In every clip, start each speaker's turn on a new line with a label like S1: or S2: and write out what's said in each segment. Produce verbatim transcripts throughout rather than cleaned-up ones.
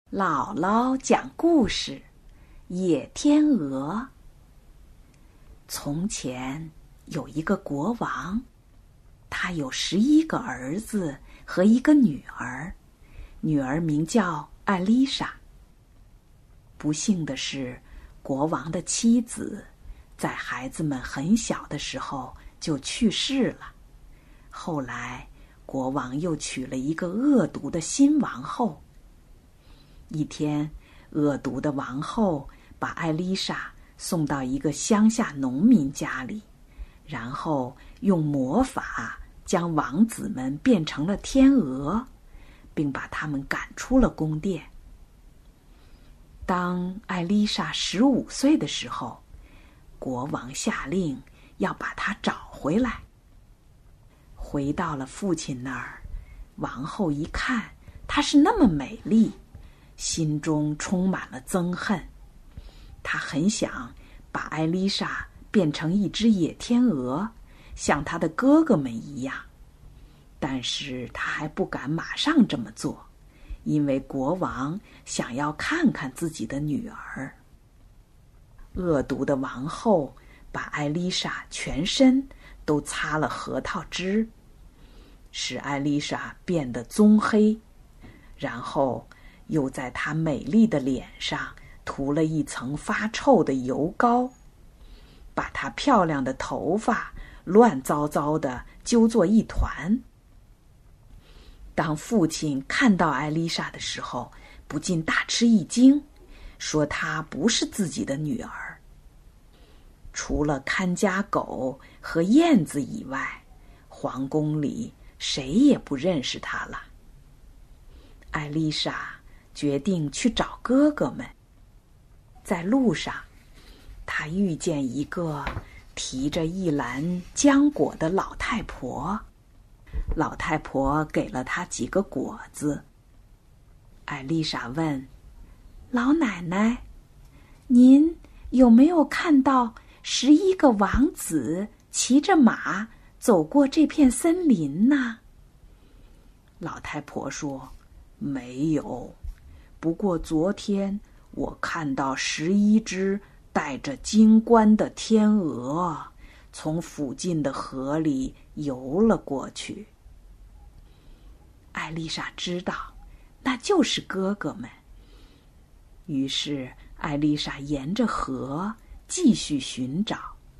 S1: 姥姥讲故事《野天鹅》。从前有一个国王，他有十一个儿子和一个女儿，女儿名叫艾丽莎。不幸的是，国王的妻子在孩子们很小的时候就去世了。后来，国王又娶了一个恶毒的新王后。一天，恶毒的王后把艾丽莎送到一个乡下农民家里，然后用魔法将王子们变成了天鹅，并把他们赶出了宫殿。当艾丽莎十五岁的时候，国王下令要把她找回来。回到了父亲那儿，王后一看她是那么美丽，心中充满了憎恨。她很想把艾丽莎变成一只野天鹅，像她的哥哥们一样，但是她还不敢马上这么做，因为国王想要看看自己的女儿。恶毒的王后把艾丽莎全身都擦了核桃汁，使艾丽莎变得棕黑，然后又在她美丽的脸上涂了一层发臭的油膏，把她漂亮的头发乱糟糟的揪作一团。当父亲看到艾丽莎的时候，不禁大吃一惊，说她不是自己的女儿。除了看家狗和燕子以外，皇宫里谁也不认识她了。艾丽莎决定去找哥哥们。在路上，她遇见一个提着一篮浆果的老太婆。老太婆给了她几个果子。艾丽莎问：“老奶奶，您有没有看到十一个王子骑着马走过这片森林呢？”老太婆说：“没有，不过昨天我看到十一只带着金冠的天鹅从附近的河里游了过去。”艾丽莎知道那就是哥哥们，于是艾丽莎沿着河继续寻找。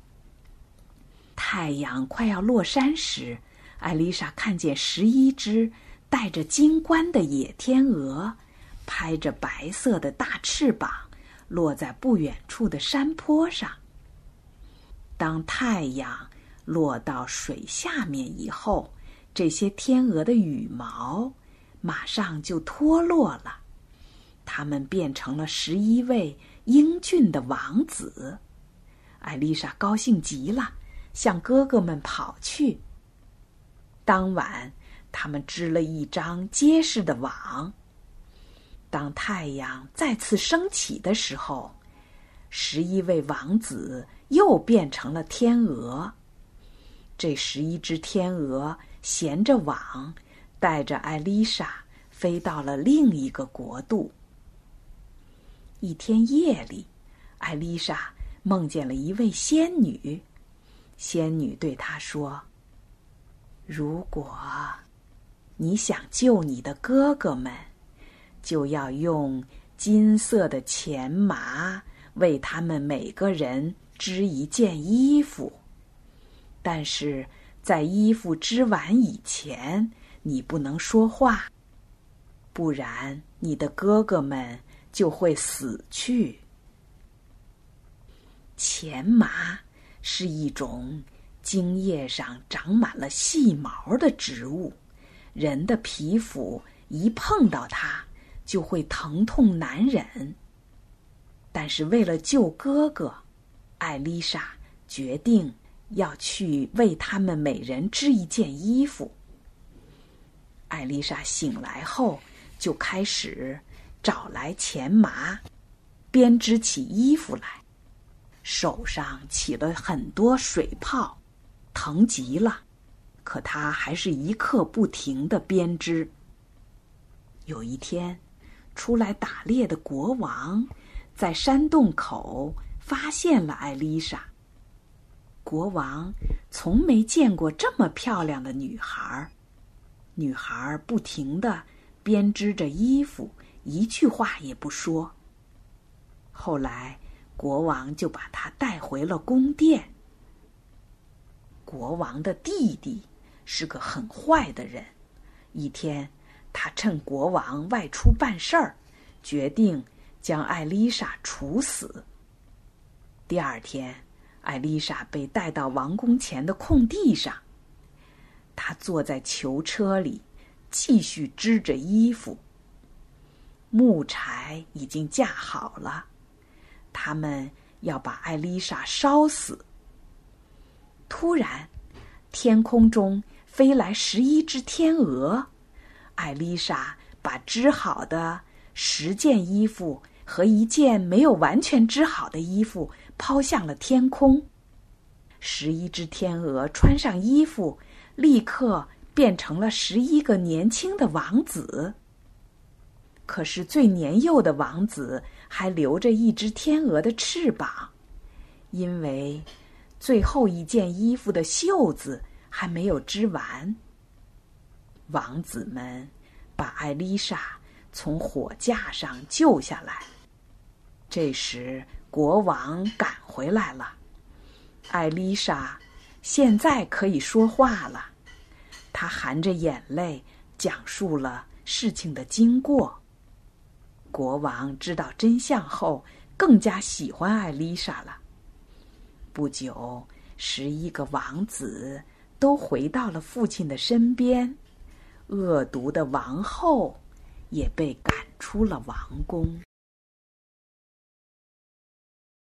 S1: 太阳快要落山时，艾丽莎看见十一只带着金冠的野天鹅拍着白色的大翅膀落在不远处的山坡上。当太阳落到水下面以后，这些天鹅的羽毛马上就脱落了，它们变成了十一位英俊的王子。艾丽莎高兴极了，向哥哥们跑去。当晚，他们织了一张结实的网。当太阳再次升起的时候，十一位王子又变成了天鹅。这十一只天鹅衔着网，带着艾丽莎飞到了另一个国度。一天夜里，艾丽莎梦见了一位仙女。仙女对她说：“如果你想救你的哥哥们，就要用金色的钱麻为他们每个人织一件衣服。但是在衣服织完以前，你不能说话，不然你的哥哥们就会死去。”钱麻是一种茎叶上长满了细毛的植物，人的皮肤一碰到它就会疼痛难忍。但是为了救哥哥，艾丽莎决定要去为他们每人织一件衣服。艾丽莎醒来后就开始找来钱麻，编织起衣服来，手上起了很多水泡，疼极了，可她还是一刻不停地编织。有一天， 出来打猎的国王在山洞口发现了艾丽莎。国王从没见过这么漂亮的女孩，女孩不停地编织着衣服，一句话也不说。后来国王就把她带回了宫殿。国王的弟弟是个很坏的人，一天他趁国王外出办事儿，决定将艾丽莎处死。第二天，艾丽莎被带到王宫前的空地上，她坐在囚车里，继续织着衣服。木柴已经架好了，他们要把艾丽莎烧死。突然，天空中飞来十一只天鹅，艾丽莎把织好的十件衣服和一件没有完全织好的衣服抛向了天空。十一只天鹅穿上衣服，立刻变成了十一个年轻的王子。可是最年幼的王子还留着一只天鹅的翅膀，因为最后一件衣服的袖子还没有织完。王子们把艾丽莎从火架上救下来。这时国王赶回来了，艾丽莎现在可以说话了。她含着眼泪讲述了事情的经过。国王知道真相后，更加喜欢艾丽莎了。不久，十一个王子都回到了父亲的身边，恶毒的王后也被赶出了王宫。